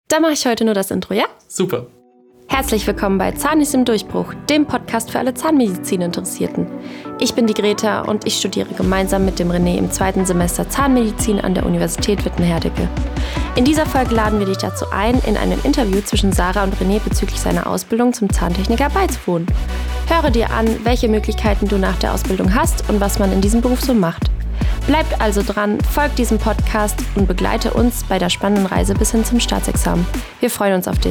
Da mache ich heute nur das Intro, ja? Super. Herzlich willkommen bei Zahnis im Durchbruch, dem Podcast für alle Zahnmedizin-Interessierten. Ich bin die Greta und ich studiere gemeinsam mit dem René im 2. Semester Zahnmedizin an der Universität Witten-Herdecke. In dieser Folge laden wir dich dazu ein, in einem Interview zwischen Sarah und René bezüglich seiner Ausbildung zum Zahntechniker beizuwohnen. Höre dir an, welche Möglichkeiten du nach der Ausbildung hast und was man in diesem Beruf so macht. Bleibt also dran, folgt diesem Podcast und begleite uns bei der spannenden Reise bis hin zum Staatsexamen. Wir freuen uns auf dich.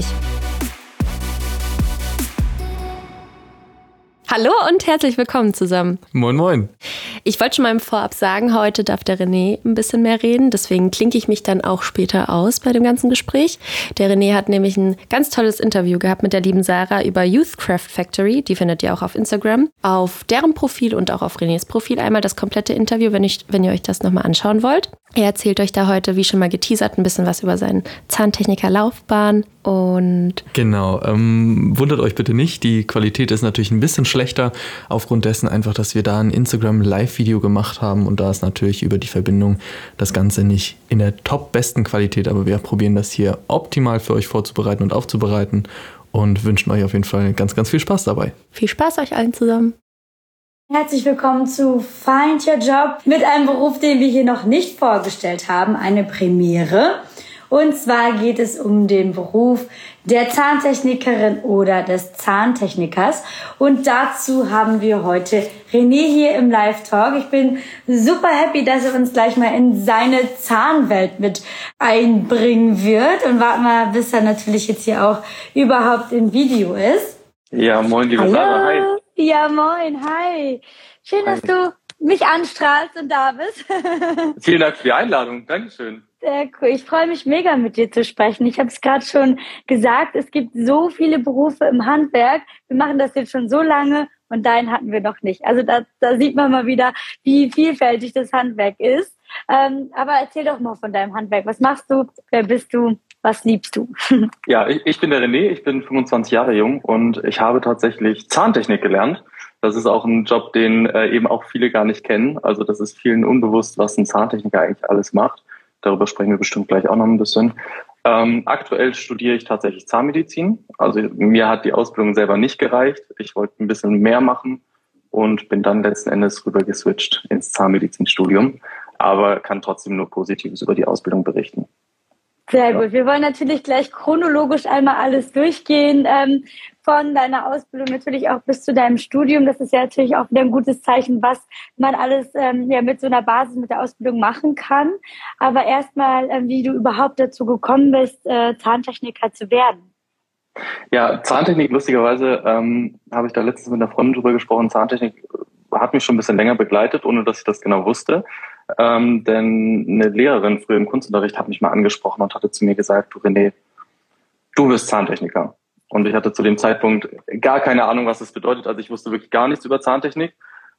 Hallo und herzlich willkommen zusammen. Moin, moin. Ich wollte schon mal im Vorab sagen, heute darf der René ein bisschen mehr reden, deswegen klinke ich mich dann auch später aus bei dem ganzen Gespräch. Der René hat nämlich ein ganz tolles Interview gehabt mit der lieben Sarah über Youth Craft Factory, die findet ihr auch auf Instagram, auf deren Profil und auch auf Renés Profil einmal das komplette Interview, wenn ihr euch das nochmal anschauen wollt. Er erzählt euch da heute, wie schon mal geteasert, ein bisschen was über seine Zahntechniker-Laufbahn und... Genau, wundert euch bitte nicht, die Qualität ist natürlich ein bisschen schlechter, aufgrund dessen einfach, dass wir da ein Instagram-Live-Video gemacht haben und da ist natürlich über die Verbindung das Ganze nicht in der top-besten Qualität, aber wir probieren das hier optimal für euch vorzubereiten und aufzubereiten und wünschen euch auf jeden Fall ganz, ganz viel Spaß dabei. Viel Spaß euch allen zusammen. Herzlich willkommen zu Find Your Job mit einem Beruf, den wir hier noch nicht vorgestellt haben, eine Premiere. Und zwar geht es um den Beruf der Zahntechnikerin oder des Zahntechnikers. Und dazu haben wir heute René hier im Live-Talk. Ich bin super happy, dass er uns gleich mal in seine Zahnwelt mit einbringen wird. Und warten mal, bis er natürlich jetzt hier auch überhaupt im Video ist. Ja, moin, liebe Sarah, hi. Ja, moin, hi. Schön, dass du mich anstrahlst und da bist. Vielen Dank für die Einladung, Dankeschön. Sehr cool, ich freue mich mega mit dir zu sprechen. Ich habe es gerade schon gesagt, es gibt so viele Berufe im Handwerk. Wir machen das jetzt schon so lange und deinen hatten wir noch nicht. Also da sieht man mal wieder, wie vielfältig das Handwerk ist. Aber erzähl doch mal von deinem Handwerk. Was machst du? Wer bist du? Was liebst du? Ja, ich bin der René, ich bin 25 Jahre jung und ich habe tatsächlich Zahntechnik gelernt. Das ist auch ein Job, den eben auch viele gar nicht kennen. Also das ist vielen unbewusst, was ein Zahntechniker eigentlich alles macht. Darüber sprechen wir bestimmt gleich auch noch ein bisschen. Aktuell studiere ich tatsächlich Zahnmedizin. Also mir hat die Ausbildung selber nicht gereicht. Ich wollte ein bisschen mehr machen und bin dann letzten Endes rüber geswitcht ins Zahnmedizinstudium. Aber kann trotzdem nur Positives über die Ausbildung berichten. Sehr gut. Wir wollen natürlich gleich chronologisch einmal alles durchgehen, von deiner Ausbildung natürlich auch bis zu deinem Studium. Das ist ja natürlich auch wieder ein gutes Zeichen, was man alles mit so einer Basis mit der Ausbildung machen kann. Aber erstmal, wie du überhaupt dazu gekommen bist, Zahntechniker zu werden. Ja, Zahntechnik, lustigerweise habe ich da letztens mit einer Freundin drüber gesprochen. Zahntechnik hat mich schon ein bisschen länger begleitet, ohne dass ich das genau wusste. Denn eine Lehrerin früher im Kunstunterricht hat mich mal angesprochen und hatte zu mir gesagt, du René, du wirst Zahntechniker. Und ich hatte zu dem Zeitpunkt gar keine Ahnung, was das bedeutet. Also ich wusste wirklich gar nichts über Zahntechnik.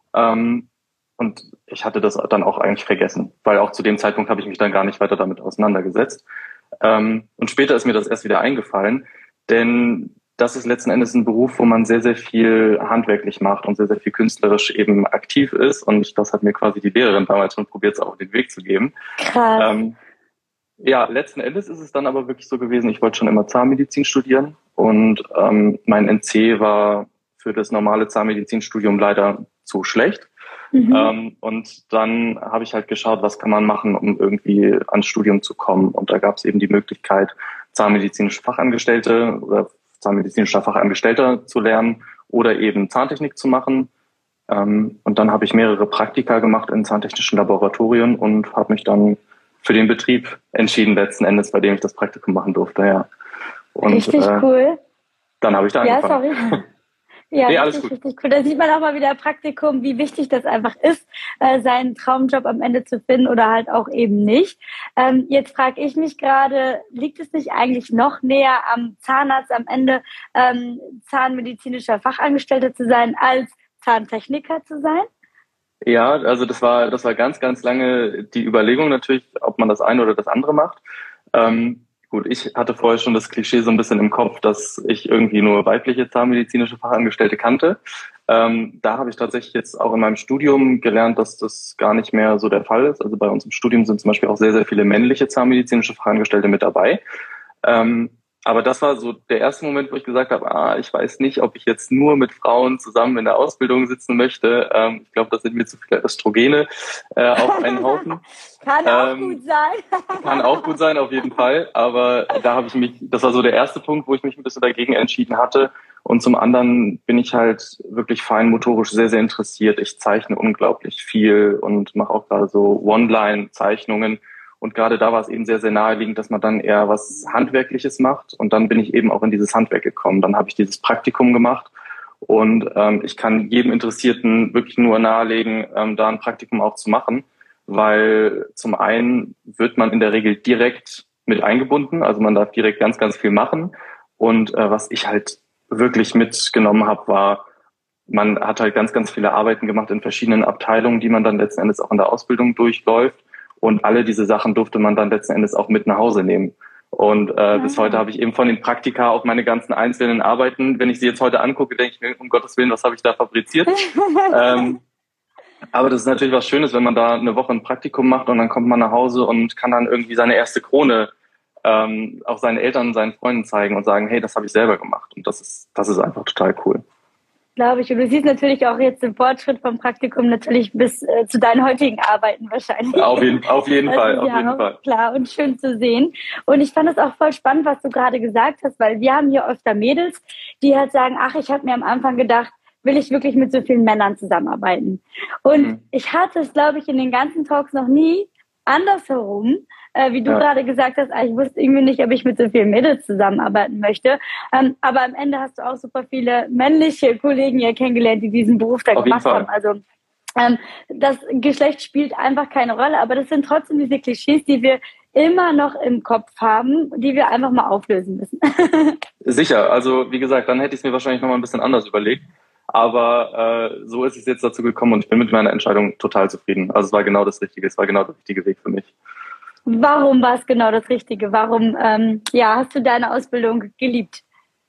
Und ich hatte das dann auch eigentlich vergessen, weil auch zu dem Zeitpunkt habe ich mich dann gar nicht weiter damit auseinandergesetzt. Und später ist mir das erst wieder eingefallen, denn das ist letzten Endes ein Beruf, wo man sehr, sehr viel handwerklich macht und sehr, sehr viel künstlerisch eben aktiv ist. Und das hat mir quasi die Lehrerin damals schon probiert, es auch auf den Weg zu geben. Krass. Ja, letzten Endes ist es dann aber wirklich so gewesen, ich wollte schon immer Zahnmedizin studieren. Und mein NC war für das normale Zahnmedizinstudium leider zu schlecht. Und dann habe ich halt geschaut, was kann man machen, um irgendwie ans Studium zu kommen. Und da gab es eben die Möglichkeit, zahnmedizinische Fachangestellte oder zahnmedizinischer Fachangestellter zu lernen oder eben Zahntechnik zu machen. Und dann habe ich mehrere Praktika gemacht in zahntechnischen Laboratorien und habe mich dann für den Betrieb entschieden, letzten Endes, bei dem ich das Praktikum machen durfte. Ja. Und, richtig cool. Dann habe ich da angefangen. Ja, sorry. Ja, nee, richtig cool. Da sieht man auch mal wieder Praktikum, wie wichtig das einfach ist, seinen Traumjob am Ende zu finden oder halt auch eben nicht. Jetzt frage ich mich gerade, liegt es nicht eigentlich noch näher am Zahnarzt am Ende zahnmedizinischer Fachangestellter zu sein, als Zahntechniker zu sein? Ja, also das war ganz, ganz lange die Überlegung natürlich, ob man das eine oder das andere macht. Gut, ich hatte vorher schon das Klischee so ein bisschen im Kopf, dass ich irgendwie nur weibliche zahnmedizinische Fachangestellte kannte. Da habe ich tatsächlich jetzt auch in meinem Studium gelernt, dass das gar nicht mehr so der Fall ist. Also bei uns im Studium sind zum Beispiel auch sehr, sehr viele männliche zahnmedizinische Fachangestellte mit dabei. Aber das war so der erste Moment, wo ich gesagt habe, ich weiß nicht, ob ich jetzt nur mit Frauen zusammen in der Ausbildung sitzen möchte. Ich glaube, das sind mir zu viele Östrogene auf einen Haufen. Kann auch gut sein. Kann auch gut sein, auf jeden Fall. Aber das war so der erste Punkt, wo ich mich ein bisschen dagegen entschieden hatte. Und zum anderen bin ich halt wirklich feinmotorisch sehr, sehr interessiert. Ich zeichne unglaublich viel und mache auch gerade so One-Line-Zeichnungen. Und gerade da war es eben sehr, sehr naheliegend, dass man dann eher was Handwerkliches macht. Und dann bin ich eben auch in dieses Handwerk gekommen. Dann habe ich dieses Praktikum gemacht. Und ich kann jedem Interessierten wirklich nur nahelegen, da ein Praktikum auch zu machen. Weil zum einen wird man in der Regel direkt mit eingebunden. Also man darf direkt ganz, ganz viel machen. Und was ich halt wirklich mitgenommen habe, war, man hat halt ganz, ganz viele Arbeiten gemacht in verschiedenen Abteilungen, die man dann letzten Endes auch in der Ausbildung durchläuft. Und alle diese Sachen durfte man dann letzten Endes auch mit nach Hause nehmen. Und bis heute habe ich eben von den Praktika auch meine ganzen einzelnen Arbeiten. Wenn ich sie jetzt heute angucke, denke ich mir, um Gottes Willen, was habe ich da fabriziert? Aber das ist natürlich was Schönes, wenn man da eine Woche ein Praktikum macht und dann kommt man nach Hause und kann dann irgendwie seine erste Krone auch seinen Eltern, seinen Freunden zeigen und sagen, hey, das habe ich selber gemacht. Und das ist einfach total cool. Glaube ich. Und du siehst natürlich auch jetzt den Fortschritt vom Praktikum natürlich bis zu deinen heutigen Arbeiten wahrscheinlich. Auf jeden Fall. Klar und schön zu sehen. Und ich fand es auch voll spannend, was du gerade gesagt hast, weil wir haben hier öfter Mädels, die halt sagen, ich habe mir am Anfang gedacht, will ich wirklich mit so vielen Männern zusammenarbeiten? Und ich hatte es, glaube ich, in den ganzen Talks noch nie andersherum, wie du gerade gesagt hast, ich wusste irgendwie nicht, ob ich mit so vielen Mädels zusammenarbeiten möchte. Aber am Ende hast du auch super viele männliche Kollegen ja kennengelernt, die diesen Beruf da gemacht haben. Also das Geschlecht spielt einfach keine Rolle, aber das sind trotzdem diese Klischees, die wir immer noch im Kopf haben, die wir einfach mal auflösen müssen. Sicher, also wie gesagt, dann hätte ich es mir wahrscheinlich noch mal ein bisschen anders überlegt. Aber so ist es jetzt dazu gekommen und ich bin mit meiner Entscheidung total zufrieden. Also es war genau das Richtige, es war genau der richtige Weg für mich. Warum war es genau das Richtige? Warum hast du deine Ausbildung geliebt?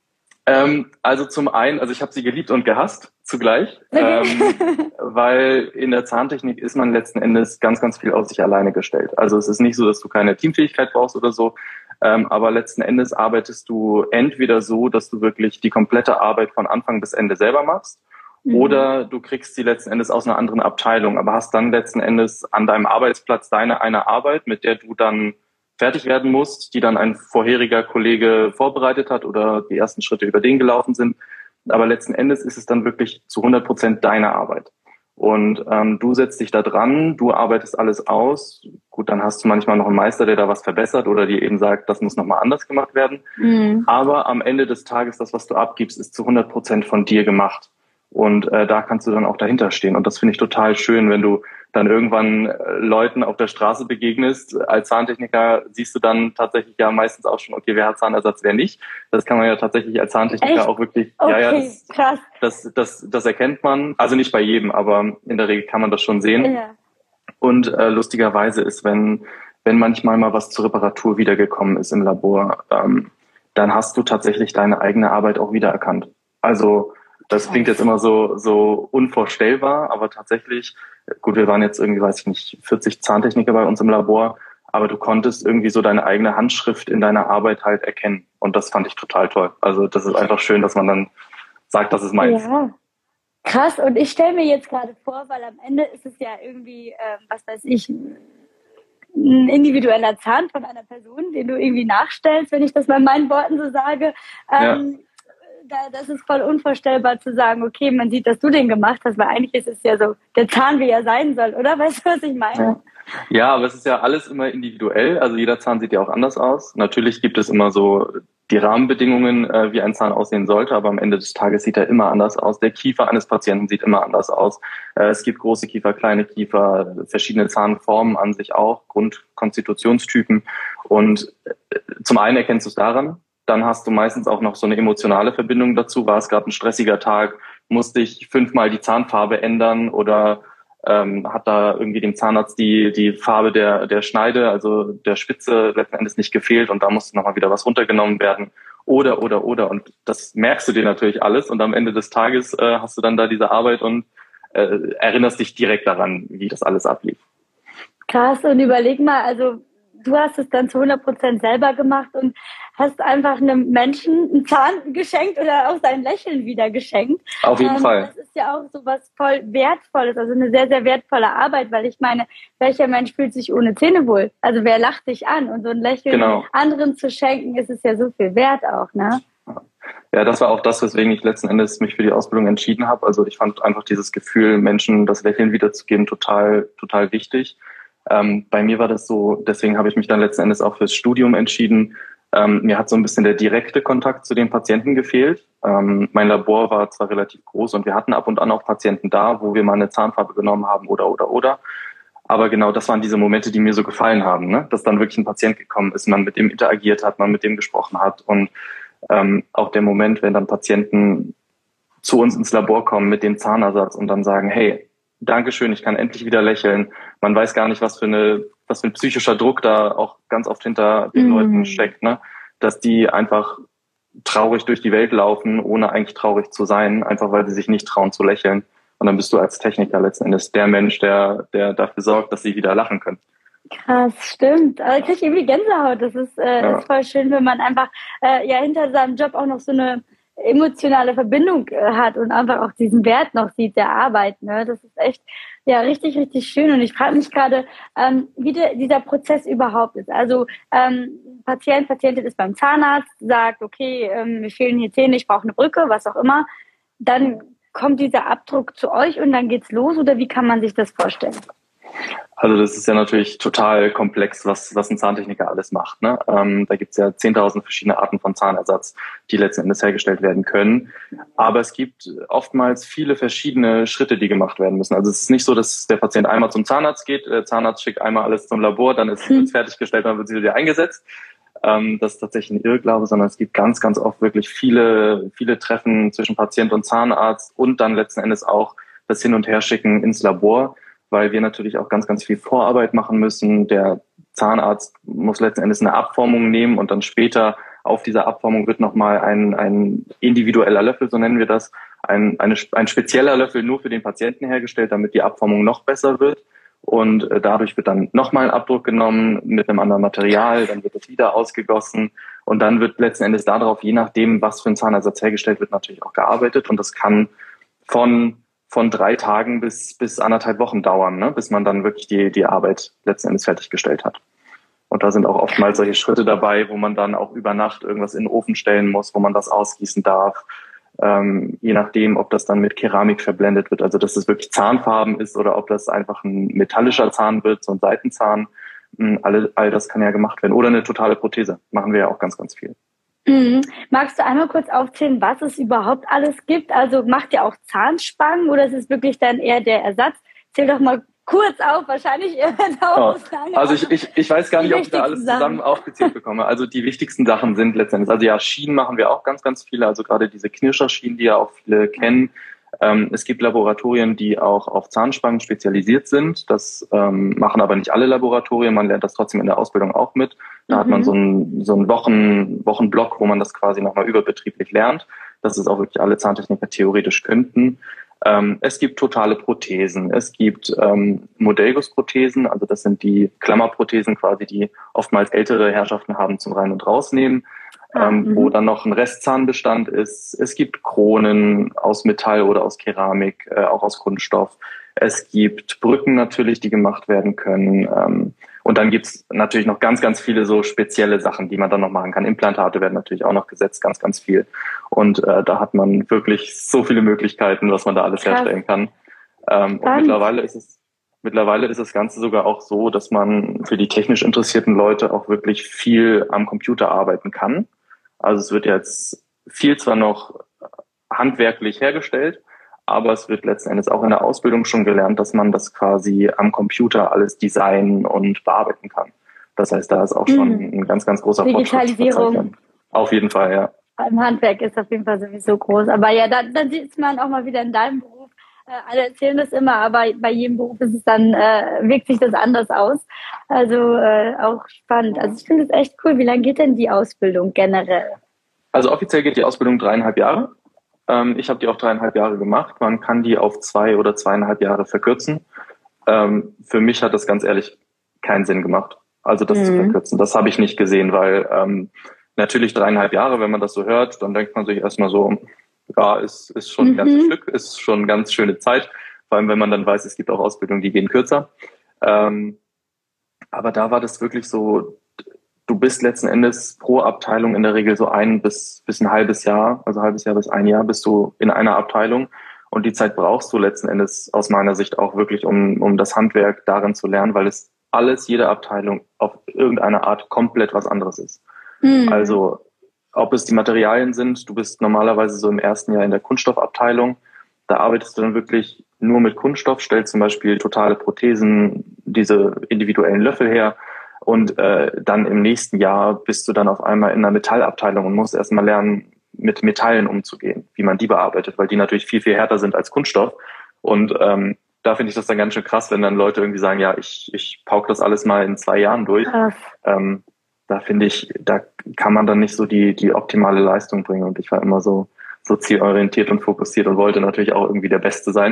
Also zum einen, ich habe sie geliebt und gehasst zugleich, Okay. weil in der Zahntechnik ist man letzten Endes ganz, ganz viel auf sich alleine gestellt. Also es ist nicht so, dass du keine Teamfähigkeit brauchst oder so, aber letzten Endes arbeitest du entweder so, dass du wirklich die komplette Arbeit von Anfang bis Ende selber machst, oder du kriegst sie letzten Endes aus einer anderen Abteilung, aber hast dann letzten Endes an deinem Arbeitsplatz deine eine Arbeit, mit der du dann fertig werden musst, die dann ein vorheriger Kollege vorbereitet hat oder die ersten Schritte über den gelaufen sind. Aber letzten Endes ist es dann wirklich zu 100% deine Arbeit. Und du setzt dich da dran, du arbeitest alles aus. Gut, dann hast du manchmal noch einen Meister, der da was verbessert oder dir eben sagt, das muss nochmal anders gemacht werden. Aber am Ende des Tages, das, was du abgibst, ist zu 100% von dir gemacht. Und da kannst du dann auch dahinter stehen. Und das finde ich total schön, wenn du dann irgendwann Leuten auf der Straße begegnest. Als Zahntechniker siehst du dann tatsächlich ja meistens auch schon, okay, wer hat Zahnersatz, wer nicht. Das kann man ja tatsächlich als Zahntechniker auch wirklich, okay, krass. Das erkennt man. Also nicht bei jedem, aber in der Regel kann man das schon sehen. Ja. Und lustigerweise ist, wenn manchmal mal was zur Reparatur wiedergekommen ist im Labor, dann hast du tatsächlich deine eigene Arbeit auch wiedererkannt. Also das klingt jetzt immer so unvorstellbar, aber tatsächlich, gut, wir waren jetzt irgendwie, 40 Zahntechniker bei uns im Labor, aber du konntest irgendwie so deine eigene Handschrift in deiner Arbeit halt erkennen. Und das fand ich total toll. Also das ist einfach schön, dass man dann sagt, das ist meins. Ja. Krass, und ich stelle mir jetzt gerade vor, weil am Ende ist es ja irgendwie, ein individueller Zahn von einer Person, den du irgendwie nachstellst, wenn ich das bei meinen Worten so sage. Das ist voll unvorstellbar zu sagen, okay, man sieht, dass du den gemacht hast, weil eigentlich ist es ja so, der Zahn, wie er sein soll, oder? Weißt du, was ich meine? Ja, aber es ist ja alles immer individuell, also jeder Zahn sieht ja auch anders aus. Natürlich gibt es immer so die Rahmenbedingungen, wie ein Zahn aussehen sollte, aber am Ende des Tages sieht er immer anders aus. Der Kiefer eines Patienten sieht immer anders aus. Es gibt große Kiefer, kleine Kiefer, verschiedene Zahnformen an sich auch, Grundkonstitutionstypen. Und zum einen erkennst du es daran, dann hast du meistens auch noch so eine emotionale Verbindung dazu. War es gerade ein stressiger Tag, musste ich 5-mal die Zahnfarbe ändern oder hat da irgendwie dem Zahnarzt die Farbe der Schneide, also der Spitze letzten Endes nicht gefehlt und da musste nochmal wieder was runtergenommen werden oder. Und das merkst du dir natürlich alles und am Ende des Tages hast du dann da diese Arbeit und erinnerst dich direkt daran, wie das alles ablief. Krass, und überleg mal, also du hast es dann zu 100% selber gemacht und hast einfach einem Menschen einen Zahn geschenkt oder auch sein Lächeln wieder geschenkt. Auf jeden Fall. Das ist ja auch so was voll Wertvolles, also eine sehr, sehr wertvolle Arbeit, weil ich meine, welcher Mensch fühlt sich ohne Zähne wohl? Also wer lacht dich an? Und so ein Lächeln anderen zu schenken, ist es ja so viel wert auch, ne? Ja, das war auch das, weswegen ich letzten Endes mich für die Ausbildung entschieden habe. Also ich fand einfach dieses Gefühl, Menschen das Lächeln wiederzugeben, total, total wichtig. Bei mir war das so, deswegen habe ich mich dann letzten Endes auch fürs Studium entschieden. Mir hat so ein bisschen der direkte Kontakt zu den Patienten gefehlt. Mein Labor war zwar relativ groß und wir hatten ab und an auch Patienten da, wo wir mal eine Zahnfarbe genommen haben oder. Aber genau das waren diese Momente, die mir so gefallen haben, ne? Dass dann wirklich ein Patient gekommen ist, man mit dem interagiert hat, man mit dem gesprochen hat und auch der Moment, wenn dann Patienten zu uns ins Labor kommen mit dem Zahnersatz und dann sagen, hey, Dankeschön, ich kann endlich wieder lächeln. Man weiß gar nicht, was für ein psychischer Druck da auch ganz oft hinter den Leuten steckt, ne? Dass die einfach traurig durch die Welt laufen, ohne eigentlich traurig zu sein, einfach weil sie sich nicht trauen zu lächeln. Und dann bist du als Techniker letzten Endes der Mensch, der dafür sorgt, dass sie wieder lachen können. Krass, stimmt. Aber ich kriege irgendwie Gänsehaut. Das ist voll schön, wenn man einfach hinter seinem Job auch noch so eine emotionale Verbindung hat und einfach auch diesen Wert noch sieht der Arbeit. Ne? Das ist echt richtig, richtig schön. Und ich frage mich gerade, wie dieser Prozess überhaupt ist. Also Patientin ist beim Zahnarzt, sagt, okay, mir fehlen hier Zähne, ich brauche eine Brücke, was auch immer. Dann kommt dieser Abdruck zu euch und dann geht's los, oder wie kann man sich das vorstellen? Also das ist ja natürlich total komplex, was ein Zahntechniker alles macht, ne? Da gibt's ja 10.000 verschiedene Arten von Zahnersatz, die letzten Endes hergestellt werden können. Aber es gibt oftmals viele verschiedene Schritte, die gemacht werden müssen. Also es ist nicht so, dass der Patient einmal zum Zahnarzt geht, der Zahnarzt schickt einmal alles zum Labor, dann ist es fertiggestellt, dann wird es wieder eingesetzt. Das ist tatsächlich ein Irrglaube, sondern es gibt ganz, ganz oft wirklich viele, viele Treffen zwischen Patient und Zahnarzt und dann letzten Endes auch das Hin- und Herschicken ins Labor, weil wir natürlich auch ganz, ganz viel Vorarbeit machen müssen. Der Zahnarzt muss letzten Endes eine Abformung nehmen und dann später auf dieser Abformung wird nochmal ein individueller Löffel, so nennen wir das, ein spezieller Löffel nur für den Patienten hergestellt, damit die Abformung noch besser wird. Und dadurch wird dann nochmal ein Abdruck genommen mit einem anderen Material, dann wird es wieder ausgegossen und dann wird letzten Endes darauf, je nachdem, was für ein Zahnersatz hergestellt wird, natürlich auch gearbeitet. Und das kann von 3 Tagen bis 1,5 Wochen dauern, ne, bis man dann wirklich die Arbeit letzten Endes fertiggestellt hat. Und da sind auch oftmals solche Schritte dabei, wo man dann auch über Nacht irgendwas in den Ofen stellen muss, wo man das ausgießen darf. Je nachdem, ob das dann mit Keramik verblendet wird, also dass es wirklich Zahnfarben ist oder ob das einfach ein metallischer Zahn wird, so ein Seitenzahn. All das kann ja gemacht werden. Oder eine totale Prothese. Machen wir ja auch ganz, ganz viel. Magst du einmal kurz aufzählen, was es überhaupt alles gibt? Also macht ihr auch Zahnspangen oder ist es wirklich dann eher der Ersatz? Zähl doch mal kurz auf, wahrscheinlich dauert es lange. Also ich weiß gar nicht, ob ich da alles zusammen aufgezählt bekomme. Also die wichtigsten Sachen sind letztendlich, also ja, Schienen machen wir auch ganz, ganz viele, also gerade diese Knirscherschienen, die ja auch viele kennen. Es gibt Laboratorien, die auch auf Zahnspangen spezialisiert sind. Das machen aber nicht alle Laboratorien. Man lernt das trotzdem in der Ausbildung auch mit. Da hat man so einen Wochenblock, wo man das quasi nochmal überbetrieblich lernt, dass es auch wirklich alle Zahntechniker theoretisch könnten. Es gibt totale Prothesen. Es gibt Modellgussprothesen, also das sind die Klammerprothesen quasi, die oftmals ältere Herrschaften haben zum Rein- und Rausnehmen. Wo dann noch ein Restzahnbestand ist. Es gibt Kronen aus Metall oder aus Keramik, auch aus Kunststoff. Es gibt Brücken natürlich, die gemacht werden können. Und dann gibt's natürlich noch ganz, ganz viele so spezielle Sachen, die man dann noch machen kann. Implantate werden natürlich auch noch gesetzt, ganz, ganz viel. Und da hat man wirklich so viele Möglichkeiten, was man da alles herstellen kann. Und mittlerweile ist das Ganze sogar auch so, dass man für die technisch interessierten Leute auch wirklich viel am Computer arbeiten kann. Also es wird jetzt viel zwar noch handwerklich hergestellt, aber es wird letzten Endes auch in der Ausbildung schon gelernt, dass man das quasi am Computer alles designen und bearbeiten kann. Das heißt, da ist auch schon ein ganz, ganz großer Fortschritt. Digitalisierung. Auf jeden Fall, ja. Im Handwerk ist auf jeden Fall sowieso groß. Aber ja, dann sieht man auch mal wieder in deinem Beruf. Alle erzählen das immer, aber bei jedem Beruf ist es dann, wirkt sich das anders aus. Also auch spannend. Also ich finde es echt cool. Wie lange geht denn die Ausbildung generell? Also offiziell geht die Ausbildung 3,5 Jahre. Ich habe die auch 3,5 Jahre gemacht. Man kann die auf 2 oder 2,5 Jahre verkürzen. Für mich hat das ganz ehrlich keinen Sinn gemacht. Also das zu verkürzen. Das habe ich nicht gesehen, weil natürlich 3,5 Jahre, wenn man das so hört, dann denkt man sich erstmal so, ja, ist schon ein ganzes Stück, ist schon eine ganz schöne Zeit. Vor allem, wenn man dann weiß, es gibt auch Ausbildungen, die gehen kürzer. Aber da war das wirklich so, du bist letzten Endes pro Abteilung in der Regel so 1 bis ein halbes Jahr, also halbes Jahr bis ein Jahr bist du in einer Abteilung. Und die Zeit brauchst du letzten Endes aus meiner Sicht auch wirklich, um das Handwerk darin zu lernen, weil es alles, jede Abteilung auf irgendeine Art komplett was anderes ist. Also ob es die Materialien sind, du bist normalerweise so im ersten Jahr in der Kunststoffabteilung, da arbeitest du dann wirklich nur mit Kunststoff, stellst zum Beispiel totale Prothesen, diese individuellen Löffel her und dann im nächsten Jahr bist du dann auf einmal in einer Metallabteilung und musst erstmal lernen, mit Metallen umzugehen, wie man die bearbeitet, weil die natürlich viel, viel härter sind als Kunststoff. Und da finde ich das dann ganz schön krass, wenn dann Leute irgendwie sagen, ja, ich pauke das alles mal in 2 Jahren durch. Da finde ich, da kann man dann nicht so die optimale Leistung bringen. Und ich war immer so zielorientiert und fokussiert und wollte natürlich auch irgendwie der Beste sein.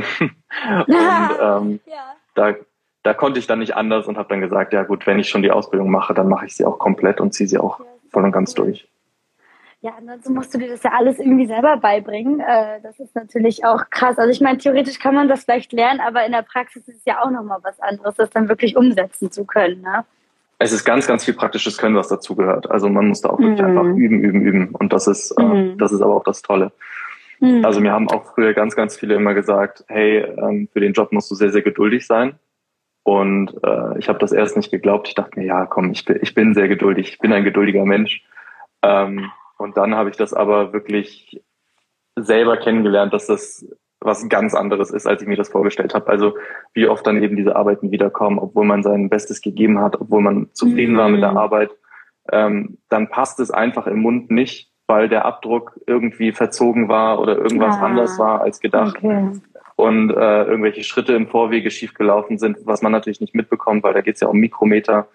Und da konnte ich dann nicht anders und habe dann gesagt, ja gut, wenn ich schon die Ausbildung mache, dann mache ich sie auch komplett und ziehe sie auch voll und ganz durch. Ja, ansonsten musst du dir das ja alles irgendwie selber beibringen. Das ist natürlich auch krass. Also ich meine, theoretisch kann man das vielleicht lernen, aber in der Praxis ist es ja auch nochmal was anderes, das dann wirklich umsetzen zu können, ne? Es ist ganz, ganz viel praktisches Können, was dazugehört. Also man muss da auch wirklich einfach üben. Und das ist aber auch das Tolle. Also mir haben auch früher ganz, ganz viele immer gesagt, hey, für den Job musst du sehr, sehr geduldig sein. Und ich habe das erst nicht geglaubt. Ich dachte mir, ja komm, ich bin sehr geduldig, ich bin ein geduldiger Mensch. Und dann habe ich das aber wirklich selber kennengelernt, dass das was ganz anderes ist, als ich mir das vorgestellt habe. Also wie oft dann eben diese Arbeiten wiederkommen, obwohl man sein Bestes gegeben hat, obwohl man zufrieden war mit der Arbeit, dann passt es einfach im Mund nicht, weil der Abdruck irgendwie verzogen war oder irgendwas anders war als gedacht. Okay. Und irgendwelche Schritte im Vorwege schiefgelaufen sind, was man natürlich nicht mitbekommt, weil da geht es ja um Mikrometer.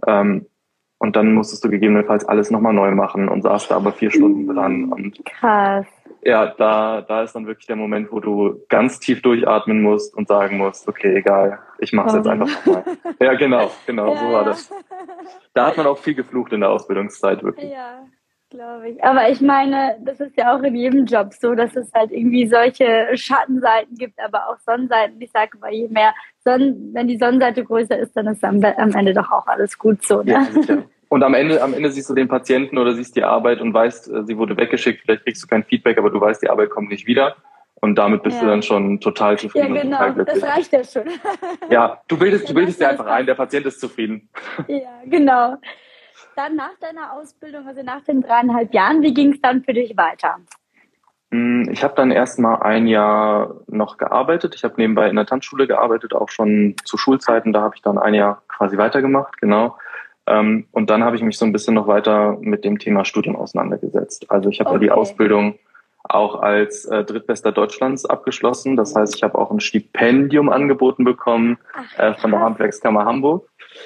Und dann musstest du gegebenenfalls alles nochmal neu machen und saßt da aber 4 Stunden dran. Und krass. Ja, da ist dann wirklich der Moment, wo du ganz tief durchatmen musst und sagen musst, okay, egal, ich mache es jetzt einfach nochmal. Ja, genau, so war das. Da hat man auch viel geflucht in der Ausbildungszeit, wirklich. Ja, glaube ich. Aber ich meine, das ist ja auch in jedem Job so, dass es halt irgendwie solche Schattenseiten gibt, aber auch Sonnenseiten. Ich sage mal, je mehr wenn die Sonnenseite größer ist, dann ist am Ende doch auch alles gut so, ne? Ja, sicher. Und am Ende siehst du den Patienten oder siehst die Arbeit und weißt, sie wurde weggeschickt, vielleicht kriegst du kein Feedback, aber du weißt, die Arbeit kommt nicht wieder. Und damit bist du dann schon total zufrieden. Ja, genau, und total glücklich. Das reicht ja schon. Ja, du bildest dir einfach ein, der Patient ist zufrieden. Ja, genau. Dann nach deiner Ausbildung, also nach den 3,5 Jahren, wie ging es dann für dich weiter? Ich habe dann erstmal 1 Jahr noch gearbeitet. Ich habe nebenbei in der Tanzschule gearbeitet, auch schon zu Schulzeiten. Da habe ich dann 1 Jahr quasi weitergemacht, genau. Und dann habe ich mich so ein bisschen noch weiter mit dem Thema Studium auseinandergesetzt. Also ich habe die Ausbildung auch als Drittbester Deutschlands abgeschlossen. Das heißt, ich habe auch ein Stipendium angeboten bekommen von der Handwerkskammer Hamburg.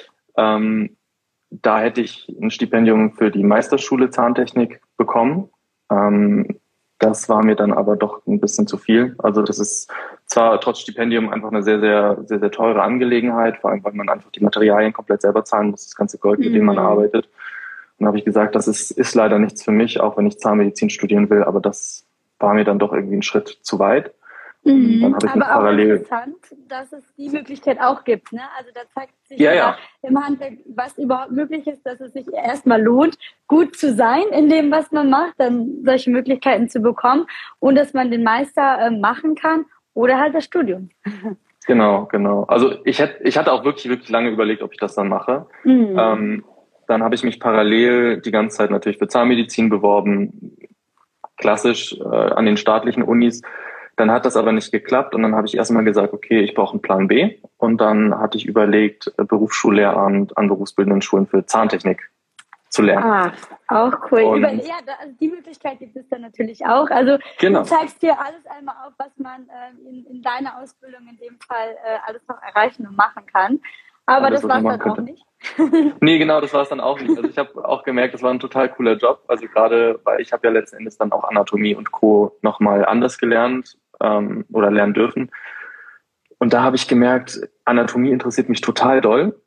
Da hätte ich ein Stipendium für die Meisterschule Zahntechnik bekommen. Das war mir dann aber doch ein bisschen zu viel. Also das ist zwar trotz Stipendium einfach eine sehr, sehr, sehr, sehr teure Angelegenheit, vor allem weil man einfach die Materialien komplett selber zahlen muss, das ganze Gold, mit dem man arbeitet. Und dann habe ich gesagt, das ist leider nichts für mich, auch wenn ich Zahnmedizin studieren will, aber das war mir dann doch irgendwie ein Schritt zu weit. Dann habe ich aber auch interessant, dass es die Möglichkeit auch gibt, ne? Also da zeigt sich im Handwerk, was überhaupt möglich ist, dass es sich erstmal lohnt, gut zu sein in dem, was man macht, dann solche Möglichkeiten zu bekommen und dass man den Meister machen kann oder halt das Studium. Genau. Also ich hatte auch wirklich, wirklich lange überlegt, ob ich das dann mache. Dann habe ich mich parallel die ganze Zeit natürlich für Zahnmedizin beworben, klassisch an den staatlichen Unis. Dann hat das aber nicht geklappt und dann habe ich erstmal gesagt, okay, ich brauche einen Plan B. Und dann hatte ich überlegt, Berufsschullehramt an berufsbildenden Schulen für Zahntechnik zu lernen. Auch cool. Also die Möglichkeit gibt es dann natürlich auch. Also du zeigst dir alles einmal auf, was man in deiner Ausbildung in dem Fall alles noch erreichen und machen kann. Aber das war es dann auch nicht. Nee, genau, das war es dann auch nicht. Also ich habe auch gemerkt, das war ein total cooler Job. Also gerade, weil ich habe ja letzten Endes dann auch Anatomie und Co. nochmal anders gelernt oder lernen dürfen. Und da habe ich gemerkt, Anatomie interessiert mich total doll.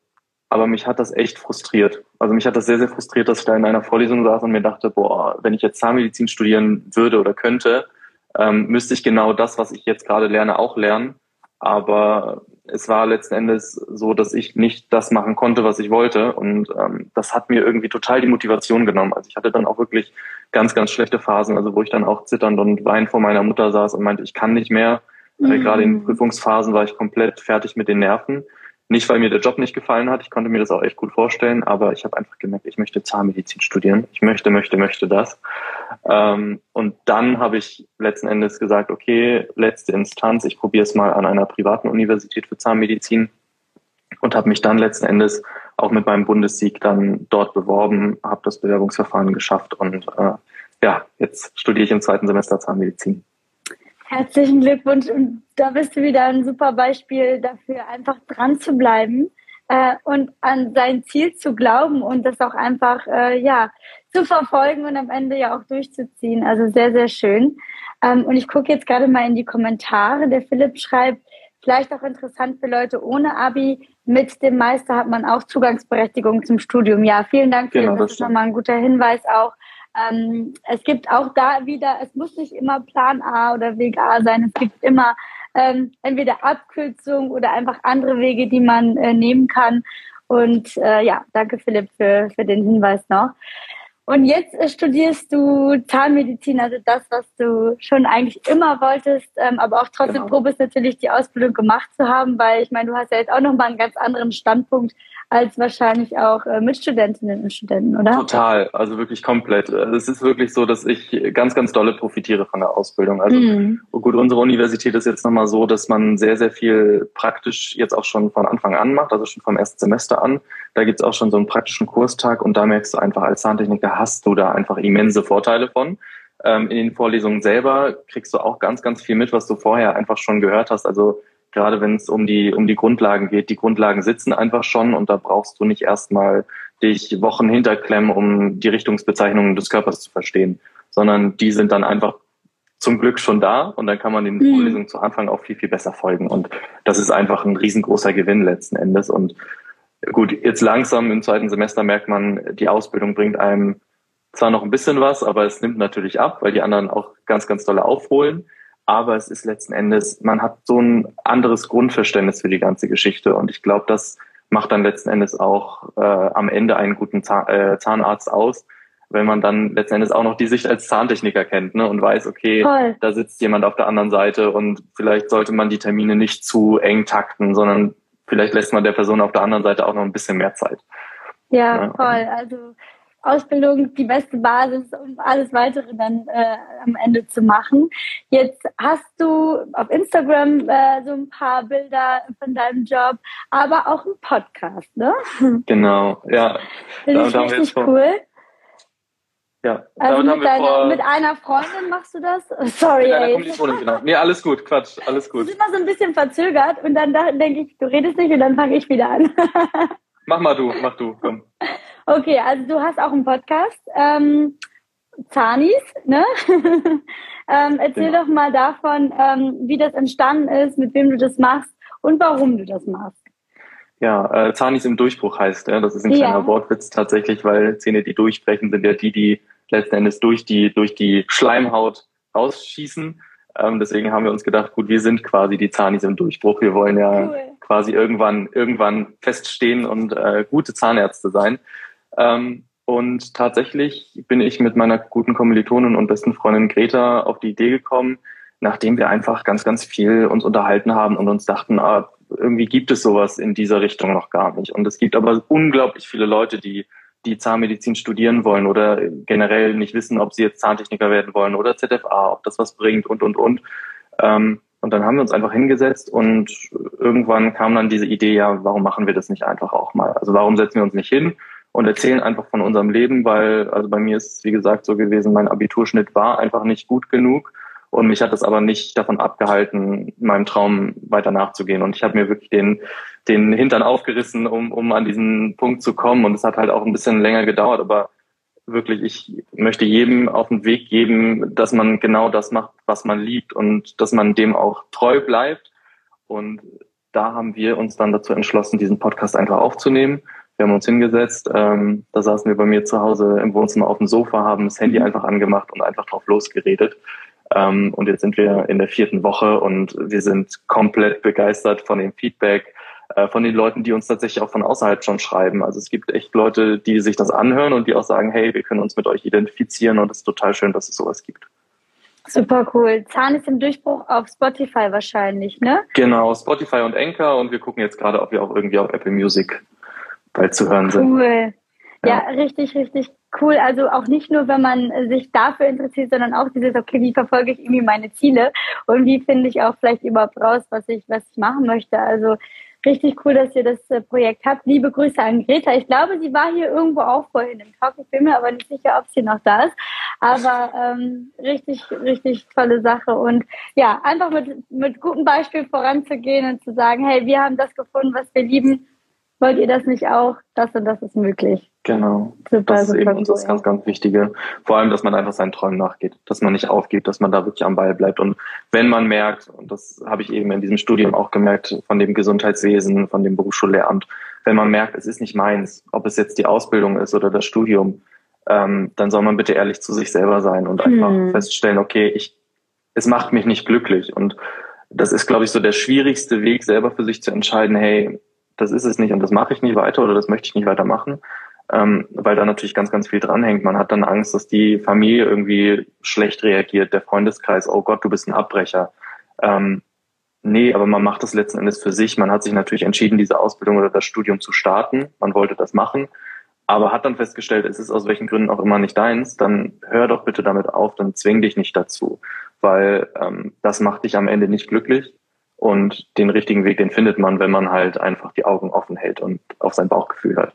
aber mich hat das echt frustriert. Also mich hat das sehr, sehr frustriert, dass ich da in einer Vorlesung saß und mir dachte, boah, wenn ich jetzt Zahnmedizin studieren würde oder könnte, müsste ich genau das, was ich jetzt gerade lerne, auch lernen. Aber es war letzten Endes so, dass ich nicht das machen konnte, was ich wollte. Und das hat mir irgendwie total die Motivation genommen. Also ich hatte dann auch wirklich ganz, ganz schlechte Phasen, also wo ich dann auch zitternd und weinend vor meiner Mutter saß und meinte, ich kann nicht mehr. Gerade in Prüfungsphasen war ich komplett fertig mit den Nerven. Nicht, weil mir der Job nicht gefallen hat, ich konnte mir das auch echt gut vorstellen, aber ich habe einfach gemerkt, ich möchte Zahnmedizin studieren. Ich möchte das. Und dann habe ich letzten Endes gesagt, okay, letzte Instanz, ich probiere es mal an einer privaten Universität für Zahnmedizin und habe mich dann letzten Endes auch mit meinem Bundessieg dann dort beworben, habe das Bewerbungsverfahren geschafft und jetzt studiere ich im 2. Semester Zahnmedizin. Herzlichen Glückwunsch, und da bist du wieder ein super Beispiel dafür, einfach dran zu bleiben und an sein Ziel zu glauben und das auch einfach zu verfolgen und am Ende ja auch durchzuziehen. Also sehr, sehr schön. Und ich gucke jetzt gerade mal in die Kommentare. Der Philipp schreibt, vielleicht auch interessant für Leute ohne Abi, mit dem Meister hat man auch Zugangsberechtigung zum Studium. Ja, vielen Dank, Philipp. Genau, das ist nochmal ein guter Hinweis auch. Es gibt auch da wieder, es muss nicht immer Plan A oder Weg A sein. Es gibt immer entweder Abkürzung oder einfach andere Wege, die man nehmen kann. Und danke Philipp für den Hinweis noch. Und jetzt studierst du Zahnmedizin, also das, was du schon eigentlich immer wolltest, aber auch trotzdem froh bist, natürlich die Ausbildung gemacht zu haben, weil ich meine, du hast ja jetzt auch nochmal einen ganz anderen Standpunkt als wahrscheinlich auch Mitstudentinnen und Studenten, oder? Total, also wirklich komplett. Es ist wirklich so, dass ich ganz, ganz dolle profitiere von der Ausbildung. Also gut, unsere Universität ist jetzt nochmal so, dass man sehr, sehr viel praktisch jetzt auch schon von Anfang an macht, also schon vom ersten Semester an. Da gibt's auch schon so einen praktischen Kurstag und da merkst du einfach, als Zahntechniker hast du da einfach immense Vorteile von. In den Vorlesungen selber kriegst du auch ganz, ganz viel mit, was du vorher einfach schon gehört hast. Also gerade wenn es um die Grundlagen geht, die Grundlagen sitzen einfach schon und da brauchst du nicht erstmal dich Wochen hinterklemmen, um die Richtungsbezeichnungen des Körpers zu verstehen, sondern die sind dann einfach zum Glück schon da und dann kann man den Vorlesungen zu Anfang auch viel, viel besser folgen und das ist einfach ein riesengroßer Gewinn letzten Endes. Und gut, jetzt langsam im 2. Semester merkt man, die Ausbildung bringt einem zwar noch ein bisschen was, aber es nimmt natürlich ab, weil die anderen auch ganz, ganz dolle aufholen. Aber es ist letzten Endes, man hat so ein anderes Grundverständnis für die ganze Geschichte. Und ich glaube, das macht dann letzten Endes auch am Ende einen guten Zahnarzt aus, wenn man dann letzten Endes auch noch die Sicht als Zahntechniker kennt, ne, und weiß, okay, da sitzt jemand auf der anderen Seite und vielleicht sollte man die Termine nicht zu eng takten, sondern vielleicht lässt man der Person auf der anderen Seite auch noch ein bisschen mehr Zeit. Ja, voll. Also Ausbildung die beste Basis, um alles Weitere dann am Ende zu machen. Jetzt hast du auf Instagram so ein paar Bilder von deinem Job, aber auch einen Podcast, ne? Genau, ja. Das ist richtig cool. Ja, also mit einer Freundin machst du das? Sorry, mit einer Kommilitonin, genau. Nee, alles gut, Quatsch, alles gut. Das ist immer so ein bisschen verzögert und dann denke ich, du redest nicht und dann fange ich wieder an. Mach du, komm. Okay, also du hast auch einen Podcast, Zahnis, ne? Erzähl doch mal davon, wie das entstanden ist, mit wem du das machst und warum du das machst. Ja, Zahnis im Durchbruch heißt, das ist ein kleiner Wortwitz tatsächlich, weil Zähne, die durchbrechen, sind ja die letzten Endes durch die Schleimhaut rausschießen. Deswegen haben wir uns gedacht, gut, wir sind quasi die Zahnis im Durchbruch. Wir wollen ja quasi irgendwann feststehen und gute Zahnärzte sein. Und tatsächlich bin ich mit meiner guten Kommilitonin und besten Freundin Greta auf die Idee gekommen, nachdem wir einfach ganz, ganz viel uns unterhalten haben und uns dachten, irgendwie gibt es sowas in dieser Richtung noch gar nicht. Und es gibt aber unglaublich viele Leute, die Zahnmedizin studieren wollen oder generell nicht wissen, ob sie jetzt Zahntechniker werden wollen oder ZFA, ob das was bringt und. Und dann haben wir uns einfach hingesetzt und irgendwann kam dann diese Idee, ja, warum machen wir das nicht einfach auch mal? Also warum setzen wir uns nicht hin und erzählen einfach von unserem Leben, weil, also bei mir ist es, wie gesagt, so gewesen, mein Abiturschnitt war einfach nicht gut genug und mich hat das aber nicht davon abgehalten, meinem Traum weiter nachzugehen. Und ich habe mir wirklich den Hintern aufgerissen, um an diesen Punkt zu kommen. Und es hat halt auch ein bisschen länger gedauert, aber wirklich, ich möchte jedem auf den Weg geben, dass man genau das macht, was man liebt und dass man dem auch treu bleibt. Und da haben wir uns dann dazu entschlossen, diesen Podcast einfach aufzunehmen Wir haben uns hingesetzt, da saßen wir bei mir zu Hause im Wohnzimmer auf dem Sofa, haben das Handy einfach angemacht und einfach drauf losgeredet. Und jetzt sind wir in der 4. Woche und wir sind komplett begeistert von dem Feedback, von den Leuten, die uns tatsächlich auch von außerhalb schon schreiben. Also es gibt echt Leute, die sich das anhören und die auch sagen, hey, wir können uns mit euch identifizieren und es ist total schön, dass es sowas gibt. Super cool. Zahn ist im Durchbruch auf Spotify wahrscheinlich, ne? Genau, Spotify und Anchor und wir gucken jetzt gerade, ob wir auch irgendwie auf Apple Music bald zu hören sind. Cool. Ja, richtig, richtig cool. Also auch nicht nur, wenn man sich dafür interessiert, sondern auch dieses, okay, wie verfolge ich irgendwie meine Ziele und wie finde ich auch vielleicht überhaupt raus, was ich machen möchte. Also richtig cool, dass ihr das Projekt habt. Liebe Grüße an Greta. Ich glaube, sie war hier irgendwo auch vorhin im Talk. Ich bin mir aber nicht sicher, ob sie noch da ist. Aber richtig, richtig tolle Sache. Und ja, einfach mit gutem Beispiel voranzugehen und zu sagen, hey, wir haben das gefunden, was wir lieben. Wollt ihr das nicht auch? Das und das ist möglich. Genau. Super, das ist eben uns das cool. ganz, ganz Wichtige. Vor allem, dass man einfach seinen Träumen nachgeht, dass man nicht aufgibt, dass man da wirklich am Ball bleibt. Und wenn man merkt, und das habe ich eben in diesem Studium auch gemerkt, von dem Gesundheitswesen, von dem Berufsschullehramt, wenn man merkt, es ist nicht meins, ob es jetzt die Ausbildung ist oder das Studium, dann soll man bitte ehrlich zu sich selber sein und einfach feststellen, okay, es macht mich nicht glücklich. Und das ist, glaube ich, so der schwierigste Weg, selber für sich zu entscheiden, hey, das ist es nicht und das mache ich nicht weiter oder das möchte ich nicht weitermachen, weil da natürlich ganz, ganz viel dranhängt. Man hat dann Angst, dass die Familie irgendwie schlecht reagiert, der Freundeskreis, oh Gott, du bist ein Abbrecher. Nee, aber man macht das letzten Endes für sich. Man hat sich natürlich entschieden, diese Ausbildung oder das Studium zu starten. Man wollte das machen, aber hat dann festgestellt, es ist aus welchen Gründen auch immer nicht deins. Dann hör doch bitte damit auf, dann zwing dich nicht dazu, weil das macht dich am Ende nicht glücklich. Und den richtigen Weg, den findet man, wenn man halt einfach die Augen offen hält und auf sein Bauchgefühl hat.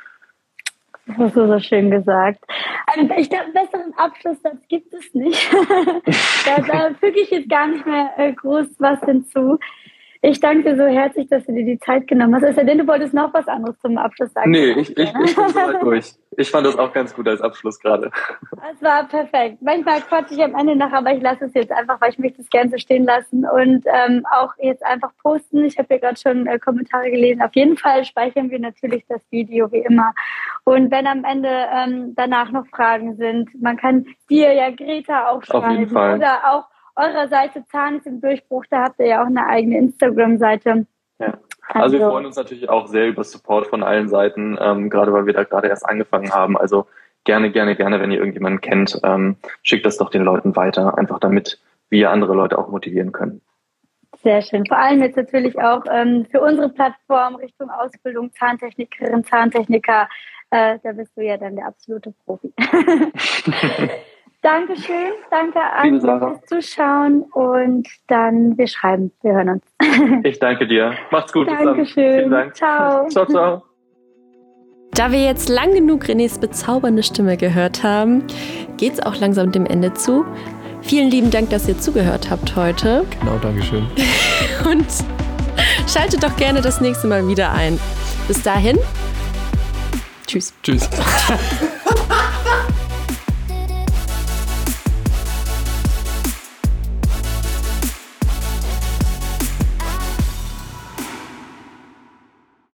Das hast du so schön gesagt. Ich glaube, einen besseren Abschlusssatz gibt es nicht. da füge ich jetzt gar nicht mehr groß was hinzu. Ich danke dir so herzlich, dass du dir die Zeit genommen hast. Es sei denn, du wolltest noch was anderes zum Abschluss sagen. Nee, ich bin soweit durch. Ich fand das auch ganz gut als Abschluss gerade. Es war perfekt. Manchmal quatsche ich am Ende nach, aber ich lasse es jetzt einfach, weil ich möchte es gerne so stehen lassen und auch jetzt einfach posten. Ich habe hier gerade schon Kommentare gelesen. Auf jeden Fall speichern wir natürlich das Video wie immer. Und wenn am Ende danach noch Fragen sind, man kann dir ja Greta auch schreiben. Auf jeden Fall. Oder auch eurer Seite Zahn ist im Durchbruch, da habt ihr ja auch eine eigene Instagram-Seite. Ja. Also wir freuen uns natürlich auch sehr über Support von allen Seiten, gerade weil wir da gerade erst angefangen haben. Also gerne, wenn ihr irgendjemanden kennt, schickt das doch den Leuten weiter, einfach damit wir andere Leute auch motivieren können. Sehr schön. Vor allem jetzt natürlich auch für unsere Plattform Richtung Ausbildung, Zahntechnikerin, Zahntechniker, da bist du ja dann der absolute Profi. Dankeschön, danke an fürs Zuschauen und dann wir hören uns. Ich danke dir. Macht's gut. Dankeschön. Vielen Dank. Ciao. Ciao, ciao. Da wir jetzt lang genug Renés bezaubernde Stimme gehört haben, geht's auch langsam dem Ende zu. Vielen lieben Dank, dass ihr zugehört habt heute. Genau, Dankeschön. Und schaltet doch gerne das nächste Mal wieder ein. Bis dahin. Tschüss. Tschüss.